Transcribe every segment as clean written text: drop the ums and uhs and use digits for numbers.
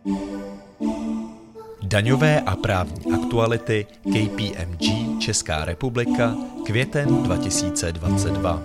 Daňové a právní aktuality KPMG Česká republika, květen 2022.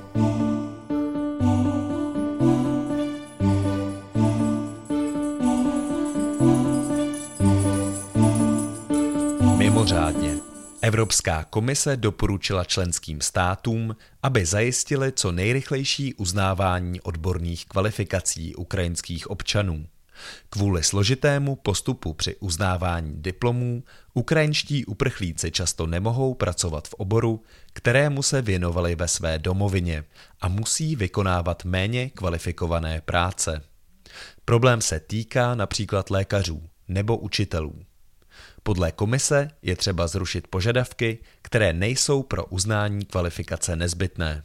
Mimořádně. Evropská komise doporučila členským státům, aby zajistili co nejrychlejší uznávání odborných kvalifikací ukrajinských občanů. Kvůli složitému postupu při uznávání diplomů ukrajinští uprchlíci často nemohou pracovat v oboru, kterému se věnovali ve své domovině a musí vykonávat méně kvalifikované práce. Problém se týká například lékařů nebo učitelů. Podle komise je třeba zrušit požadavky, které nejsou pro uznání kvalifikace nezbytné.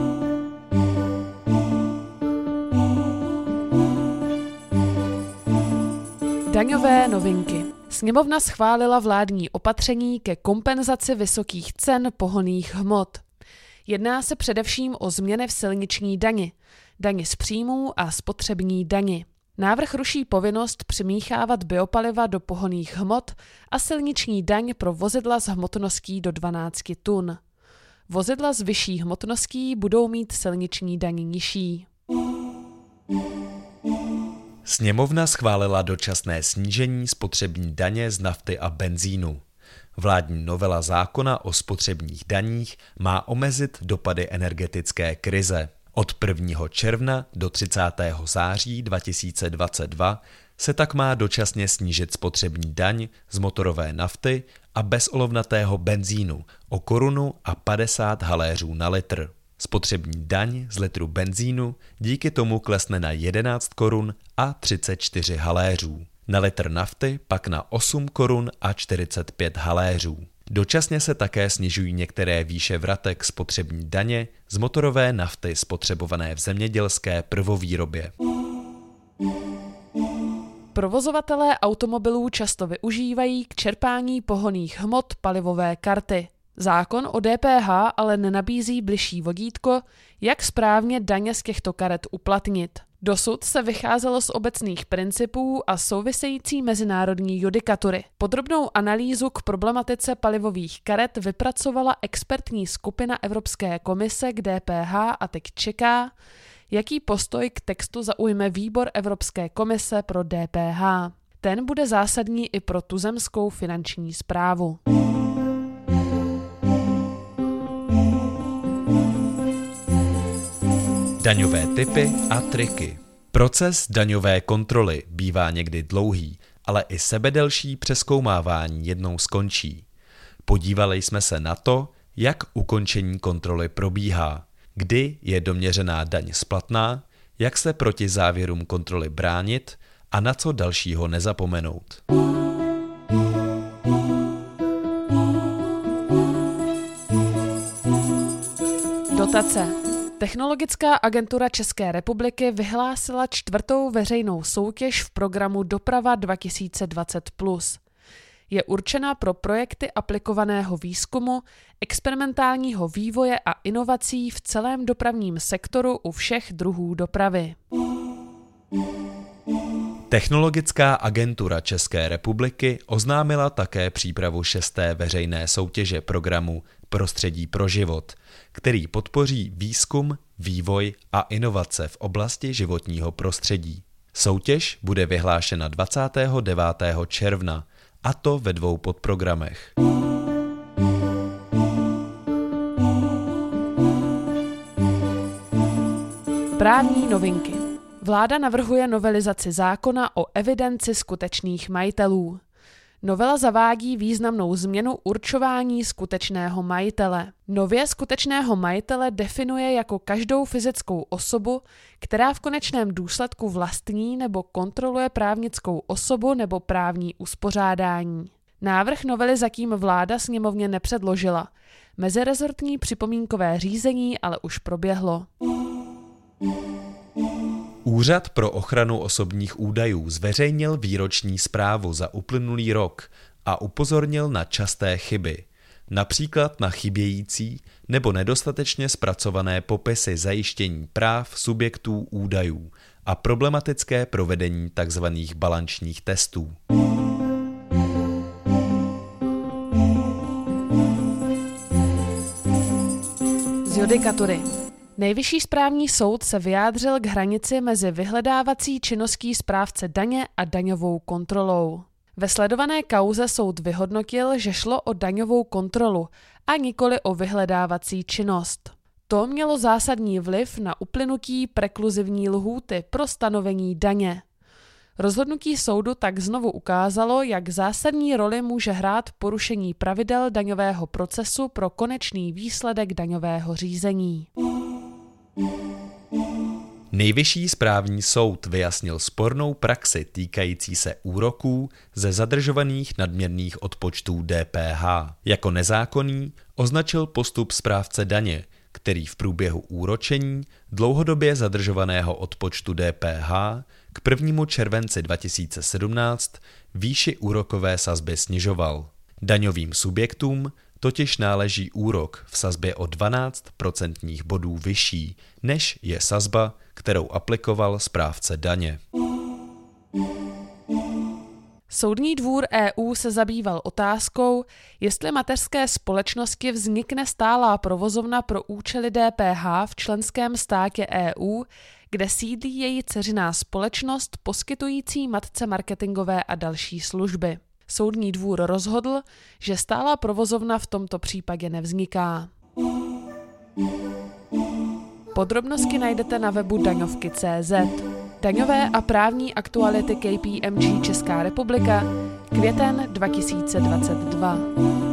Daňové novinky. Sněmovna schválila vládní opatření ke kompenzaci vysokých cen pohonných hmot. Jedná se především o změny v silniční dani z příjmů a spotřební dani. Návrh ruší povinnost přimíchávat biopaliva do pohonných hmot a silniční daň pro vozidla s hmotností do 12 tun. Vozidla s vyšší hmotností budou mít silniční daň nižší. Sněmovna schválila dočasné snížení spotřební daně z nafty a benzínu. Vládní novela zákona o spotřebních daních má omezit dopady energetické krize. Od 1. června do 30. září 2022 se tak má dočasně snížit spotřební daň z motorové nafty a bezolovnatého benzínu o 1,50 haléřů na litr. Spotřební daň z litru benzínu díky tomu klesne na 11 korun a 34 haléřů. Na litr nafty pak na 8 korun a 45 haléřů. Dočasně se také snižují některé výše vratek spotřební daně z motorové nafty spotřebované v zemědělské prvovýrobě. Provozovatelé automobilů často využívají k čerpání pohonných hmot palivové karty. Zákon o DPH ale nenabízí bližší vodítko, jak správně daně z těchto karet uplatnit. Dosud se vycházelo z obecných principů a související mezinárodní judikatury. Podrobnou analýzu k problematice palivových karet vypracovala expertní skupina Evropské komise k DPH a teď čeká, jaký postoj k textu zaujme výbor Evropské komise pro DPH. Ten bude zásadní i pro tuzemskou finanční správu. Daňové tipy a triky. Proces daňové kontroly bývá někdy dlouhý, ale i sebedelší přezkoumávání jednou skončí. Podívali jsme se na to, jak ukončení kontroly probíhá, kdy je doměřená daň splatná, jak se proti závěrům kontroly bránit a na co dalšího nezapomenout. Dotace. Technologická agentura České republiky vyhlásila 4. veřejnou soutěž v programu Doprava 2020+. Je určena pro projekty aplikovaného výzkumu, experimentálního vývoje a inovací v celém dopravním sektoru u všech druhů dopravy. Technologická agentura České republiky oznámila také přípravu 6. veřejné soutěže programu Prostředí pro život, který podpoří výzkum, vývoj a inovace v oblasti životního prostředí. Soutěž bude vyhlášena 29. června, a to ve 2 podprogramech. Právní novinky. Vláda navrhuje novelizaci zákona o evidenci skutečných majitelů. Novela zavádí významnou změnu určování skutečného majitele. Nově skutečného majitele definuje jako každou fyzickou osobu, která v konečném důsledku vlastní nebo kontroluje právnickou osobu nebo právní uspořádání. Návrh novely zatím vláda sněmovně nepředložila. Mezirezortní připomínkové řízení ale už proběhlo. Úřad pro ochranu osobních údajů zveřejnil výroční zprávu za uplynulý rok a upozornil na časté chyby. například na chybějící nebo nedostatečně zpracované popisy zajištění práv subjektů údajů a problematické provedení tzv. Balančních testů. Z judikatury. Nejvyšší správní soud se vyjádřil k hranici mezi vyhledávací činností správce daně a daňovou kontrolou. Ve sledované kauze soud vyhodnotil, že šlo o daňovou kontrolu a nikoli o vyhledávací činnost. To mělo zásadní vliv na uplynutí prekluzivní lhůty pro stanovení daně. Rozhodnutí soudu tak znovu ukázalo, jak zásadní roli může hrát porušení pravidel daňového procesu pro konečný výsledek daňového řízení. Nejvyšší správní soud vyjasnil spornou praxi týkající se úroků ze zadržovaných nadměrných odpočtů DPH. Jako nezákonný označil postup správce daně, který v průběhu úročení dlouhodobě zadržovaného odpočtu DPH k 1. červenci 2017 výši úrokové sazby snižoval. Daňovým subjektům totiž náleží úrok v sazbě o 12 procentních bodů vyšší, než je sazba, kterou aplikoval správce daně. Soudní dvůr EU se zabýval otázkou, jestli mateřské společnosti vznikne stálá provozovna pro účely DPH v členském státě EU, kde sídlí její dceřiná společnost poskytující matce marketingové a další služby. Soudní dvůr rozhodl, že stálá provozovna v tomto případě nevzniká. Podrobnosti najdete na webu daňovky.cz. Daňové a právní aktuality KPMG Česká republika, květen 2022.